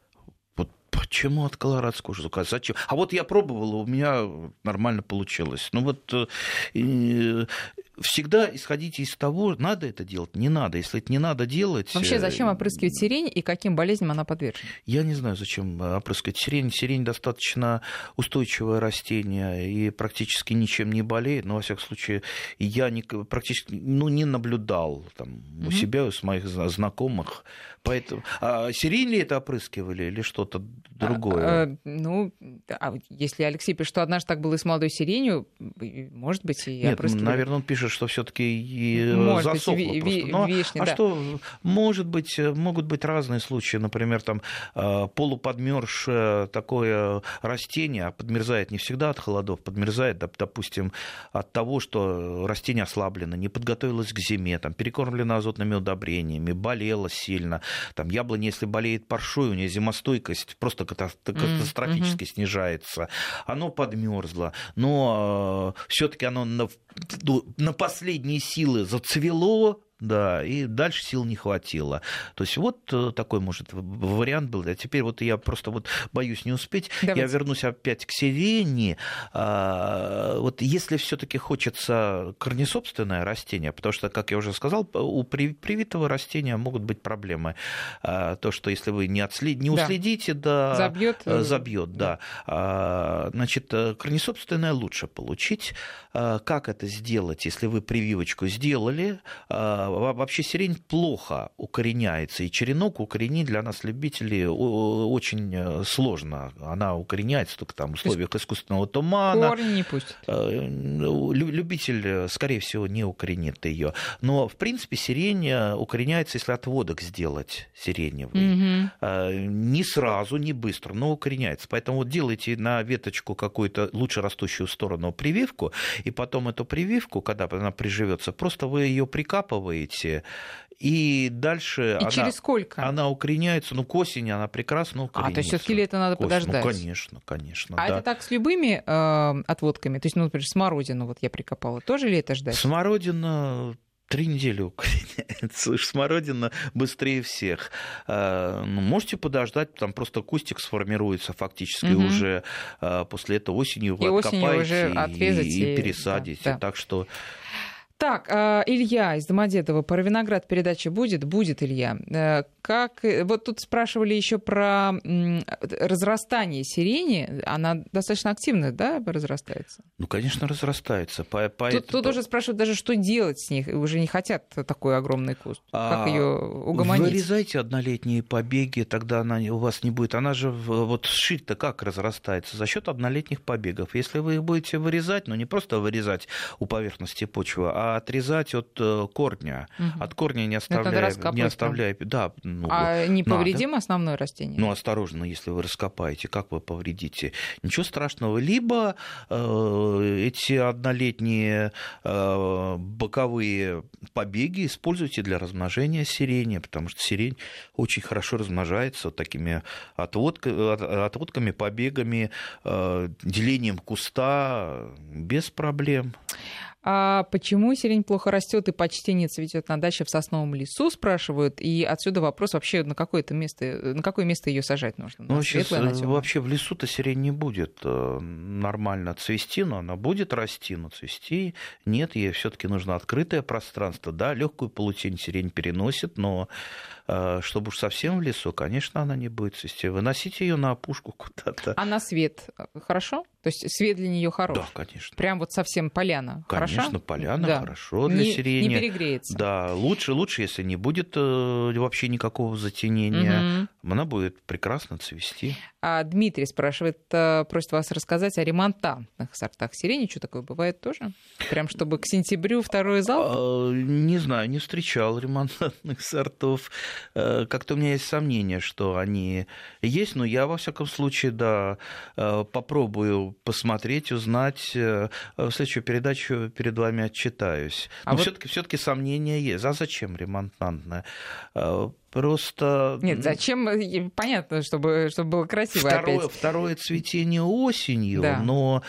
Почему от колорадского жука? Зачем? А вот я пробовала, у меня нормально получилось. Ну вот и всегда исходите из того, надо это делать, не надо. Если это не надо делать... Вообще, зачем опрыскивать сирень и каким болезням она подвержена? Я не знаю, зачем опрыскивать сирень. Сирень достаточно устойчивое растение и практически ничем не болеет. Но, во всяком случае, я не, практически ну, не наблюдал там, mm-hmm. у себя, у моих знакомых. Поэтому... А сирень ли это опрыскивали или что-то другое? А, а, ну, а если Алексей пишет, что однажды так было и с молодой сиренью, может быть, и Нет, опрыскивали. Наверное, он пишет, что все-таки засохло быть, просто. Но, вишня, а да. что, может быть, могут быть разные случаи. Например, там полуподмерзшее такое растение, подмерзает не всегда от холодов, подмерзает, допустим, от того, что растение ослаблено, не подготовилось к зиме, там, перекормлено азотными удобрениями, болело сильно. Там, яблоня, если болеет паршой, у нее зимостойкость просто катастрофически mm-hmm. снижается. Оно подмерзло, но все-таки оно на, на последние силы зацвело, да, и дальше сил не хватило. То есть вот такой, может, вариант был. А теперь вот я просто вот боюсь не успеть. Давайте. Я вернусь опять к сирени. Вот если все-таки хочется корнесобственное растение, потому что, как я уже сказал, у привитого растения могут быть проблемы. То, что если вы не, отслед... не уследите, да, забьет, забьет, да. да. Значит, корнесобственное лучше получить. Как это сделать, если вы прививочку сделали, Вообще сирень плохо укореняется, и черенок укоренить для нас, любителей, очень сложно. Она укореняется только там в условиях искусственного тумана. Корни не пустит. Любитель, скорее всего, не укоренит ее. Но, в принципе, сирень укореняется, если отводок сделать сиреневый. Угу. Не сразу, не быстро, но укореняется. Поэтому вот делайте на веточку какую-то лучше растущую сторону прививку, и потом эту прививку, когда она приживется, просто вы ее прикапываете, и дальше и она, через сколько? Она укореняется, ну, к осени она прекрасно укоренится. А, то есть все-таки лето надо подождать? Ну, конечно, конечно. А да. это так с любыми э, отводками? То есть, ну, например, смородину вот я прикопала, тоже лето ждать? Смородина... Три недели укореняется. Уж смородина быстрее всех. Ну, можете подождать, там просто кустик сформируется фактически угу. уже после этого осенью вы и откопаете уже отрезать и, и пересадите. Да, да. Так что... Так, Илья из Домодедово, про виноград передача будет? Будет, Илья. Как... Вот тут спрашивали еще про разрастание сирени. Она достаточно активно, да, разрастается? Ну, конечно, разрастается. По, по тут, тут уже спрашивают даже, что делать с них. Уже не хотят такой огромный куст. А... Как ее угомонить? Вырезайте однолетние побеги, тогда она у вас не будет. Она же вот шить-то как разрастается? За счет однолетних побегов. Если вы их будете вырезать, ну, не просто вырезать у поверхности почвы, а отрезать от корня. Угу. От корня не оставляя... Не оставляя да, ну, а не повредим надо. Основное растение? Ну, осторожно, если вы раскопаете, как вы повредите? Ничего страшного. Либо э, эти однолетние э, боковые побеги используйте для размножения сирени, потому что сирень очень хорошо размножается вот такими отводками, отводками побегами, э, делением куста без проблем. А почему сирень плохо растет и почти не цветет на даче в сосновом лесу, спрашивают. И отсюда вопрос вообще, на какое-то место, на какое место ее сажать нужно? Ну, сейчас, вообще в лесу-то сирень не будет нормально цвести, но она будет расти, но цвести нет, ей все-таки нужно открытое пространство. Да, легкую полутень сирень переносит, но чтобы уж совсем в лесу, конечно, она не будет цвести. Выносите ее на опушку куда-то. А на свет хорошо? То есть свет для нее хорош? Да, конечно. Прям вот совсем поляна хороша? Конечно, поляна да. хорошо для не, сирени. Не перегреется. Да, лучше, лучше, если не будет э, вообще никакого затенения, угу. она будет прекрасно цвести. А Дмитрий спрашивает, просит вас рассказать о ремонтантных сортах сирени. Что такое бывает тоже? Прям чтобы к сентябрю второй залп? А, не знаю, не встречал ремонтантных сортов. Как-то у меня есть сомнение, что они есть, но я, во всяком случае, да, попробую посмотреть, узнать. В следующую передачу перед вами отчитаюсь. Но а вот... все-таки, все-таки сомнения есть. А зачем ремонтантная? Просто... Нет, зачем? Понятно, чтобы, чтобы было красиво второе, опять. Второе цветение осенью, да. но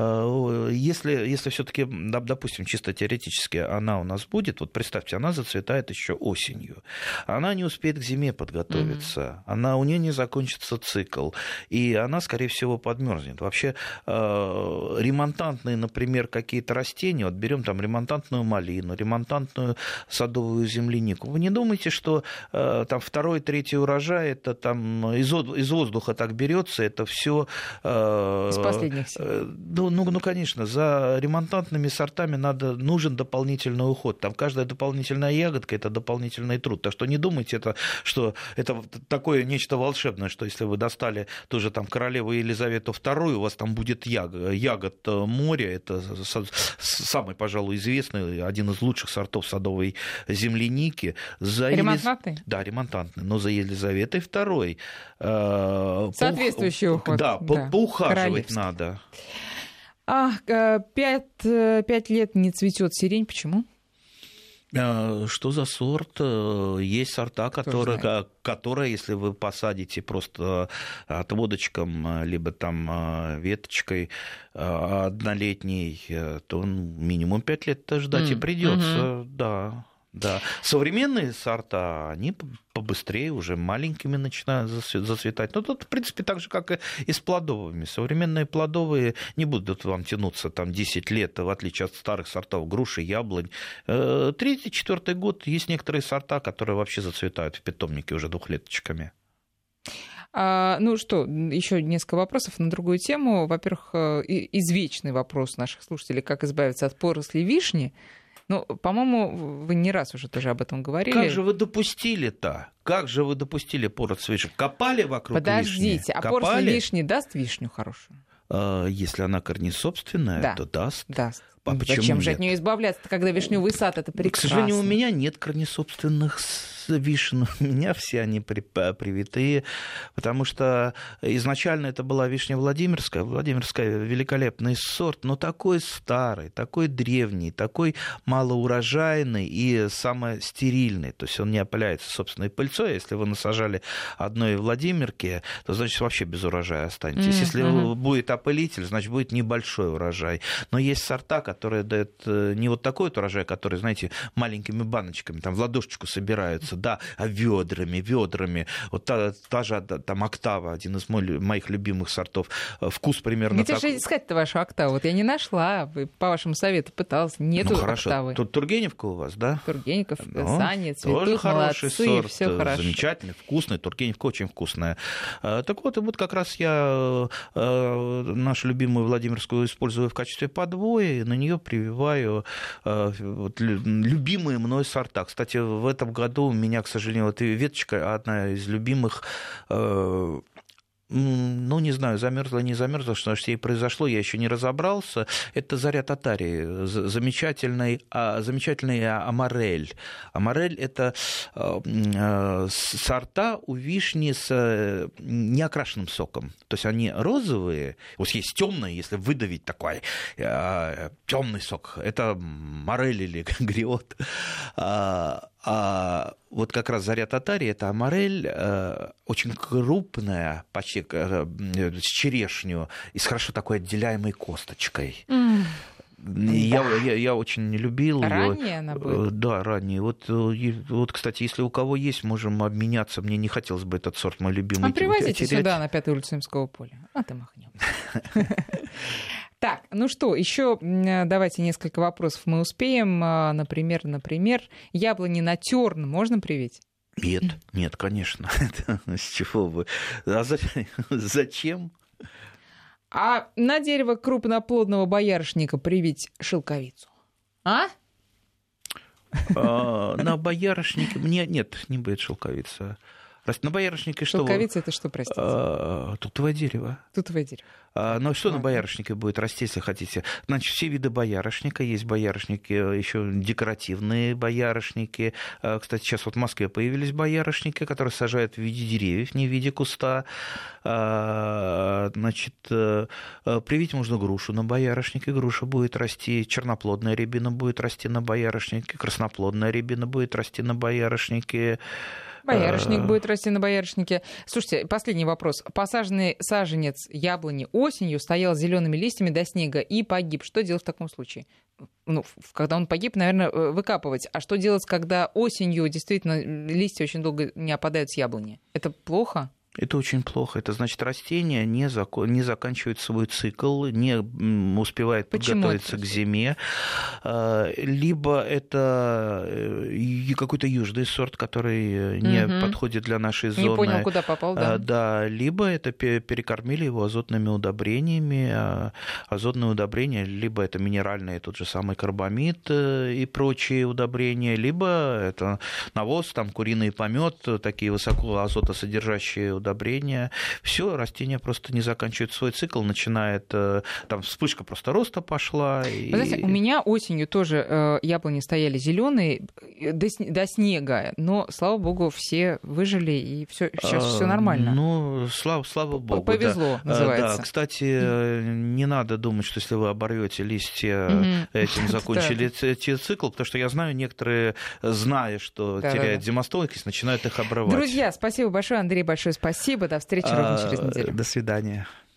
э, если, если все-таки, допустим, чисто теоретически она у нас будет, вот представьте, она зацветает еще осенью, она не успеет к зиме подготовиться, mm-hmm. она, у нее не закончится цикл, и она, скорее всего, подмерзнет. Вообще э, ремонтантные, например, какие-то растения, вот берем там ремонтантную малину, ремонтантную садовую землянику, вы не думайте, что э, там второй, третий урожай, это там из, из воздуха так берется, это все. Из последних сил. Ну, ну, ну, конечно, за ремонтантными сортами надо, нужен дополнительный уход. Там каждая дополнительная ягодка – это дополнительный труд. Так что не думайте, это, что это такое нечто волшебное, что если вы достали тоже там королеву Елизавету вторую, у вас там будет ягод, ягод моря. Это самый, пожалуй, известный, один из лучших сортов садовой земляники. За ремонтантный? Елиз... Да, ремонтантный, но за Елизаветой второй. Соответствующий по... уход. Да, да. поухаживать надо. А, пять, пять лет не цветет сирень, почему? Что за сорт? Есть сорта, которые, которые, если вы посадите просто отводочком, либо там веточкой однолетней, то минимум пять лет ждать mm. и придется, угу. да. Да. Современные сорта, они побыстрее уже маленькими начинают зацветать. Но тут, в принципе, так же, как и с плодовыми. Современные плодовые не будут вам тянуться там десять лет, в отличие от старых сортов груши, яблонь. Третий, четвертый год есть некоторые сорта, которые вообще зацветают в питомнике уже двухлеточками. А, ну что, еще несколько вопросов на другую тему. Во-первых, извечный вопрос наших слушателей, как избавиться от поросли вишни. Ну, по-моему, вы не раз уже тоже об этом говорили. Как же вы допустили-то? Как же вы допустили пород вишни? Копали вокруг Подождите, вишни? Подождите, а Копали? пород вишни даст вишню хорошую? Если она корнесобственная, да. то даст. Даст. А Зачем нет? же от нее избавляться, когда вишневый сад, это прекрасно. К сожалению, у меня нет корнесобственных вишен. У меня все они при, привитые, потому что изначально это была вишня Владимирская. Владимирская великолепный сорт, но такой старый, такой древний, такой малоурожайный и самый стерильный. То есть он не опыляется собственной пыльцой. Если вы насажали одной Владимирки, то, значит, вообще без урожая останетесь. Mm-hmm. Если будет опылитель, значит, будет небольшой урожай. Но есть сорта, которые дают не вот такой вот урожай, который, знаете, маленькими баночками, там в ладошечку собираются, да, а ведрами, ведрами. Вот та, та же там октава, один из мой, моих любимых сортов. Вкус примерно такой. Где же искать-то вашу октаву? Вот я не нашла, по вашему совету пыталась, нету ну, хорошо. октавы. Тут Тургеневка у вас, да? Тургеневка, ну, Саня, Цветок, тоже хороший молодцы, сорт, все хорошо. Замечательный, вкусный, Тургеневка очень вкусная. Так вот, и вот как раз я нашу любимую Владимирскую использую в качестве подвоя, на нее прививаю вот, любимые мной сорта. Кстати, в этом году у меня, к сожалению, вот веточка одна из любимых, ну, не знаю, замерзла, не замерзла, что с ней произошло, я еще не разобрался. Это заря татарии, замечательный, замечательный амарель. Амарель – это сорта у вишни с неокрашенным соком. То есть они розовые, вот есть темные, если выдавить такой темный сок, это морель или гриот. А вот как раз заря татарии – это амарель, э, очень крупная, почти э, с черешню и с хорошо такой отделяемой косточкой. Mm. Я, да. я, я очень любил ее. Ранее она будет? Да, ранее. Вот, вот, кстати, если у кого есть, можем обменяться. Мне не хотелось бы этот сорт мой любимый. А привозите сюда, на Пятой улице Имского поля. А ты махнем. Так, ну что, еще давайте несколько вопросов мы успеем. Например, например, яблони на терн можно привить? Нет, нет, конечно. С чего вы? А зачем? А на дерево крупноплодного боярышника привить шелковицу? А? а на боярышнике... Мне нет, не будет шелковица. На боярышнике что? Шелковица это что, простите? А, тутовое дерево. Тутовое дерево. А, ну что а. на боярышнике будет расти, если хотите? Значит, все виды боярышника. Есть боярышники, еще декоративные боярышники. Кстати, сейчас вот в Москве появились боярышники, которые сажают в виде деревьев, не в виде куста. Значит, привить можно грушу на боярышнике. Груша будет расти. Черноплодная рябина будет расти на боярышнике. Красноплодная рябина будет расти на боярышнике. Боярышник будет расти на боярышнике. Слушайте, последний вопрос. Посаженный саженец яблони осенью стоял с зелеными листьями до снега и погиб. Что делать в таком случае? Ну, когда он погиб, наверное, выкапывать. А что делать, когда осенью действительно листья очень долго не опадают с яблони? Это плохо? Это очень плохо. Это значит, растение не, зак... не заканчивает свой цикл, не успевает Почему подготовиться к зиме. Либо это какой-то южный сорт, который не угу. подходит для нашей зоны. Не понял, куда попал, да? Да, либо это перекормили его азотными удобрениями. Азотные удобрения, либо это минеральные, тот же самый карбамид и прочие удобрения, либо это навоз, там куриный помет, такие высоко азотосодержащие удобрения, все, растение просто не заканчивает свой цикл, начинает, там вспышка просто роста пошла. И... Знаете, у меня осенью тоже э, яблони стояли зеленые до, до снега, но, слава богу, все выжили, и все, сейчас все нормально. Ну, слава, слава богу. Повезло, да. называется. Да, кстати, mm. не надо думать, что если вы оборвете листья, mm-hmm. этим закончили цикл, потому что я знаю, некоторые, зная, что теряют зимостойкость, начинают их обрывать. Друзья, спасибо большое, Андрей, большое спасибо. Спасибо, до встречи ровно через неделю. До свидания.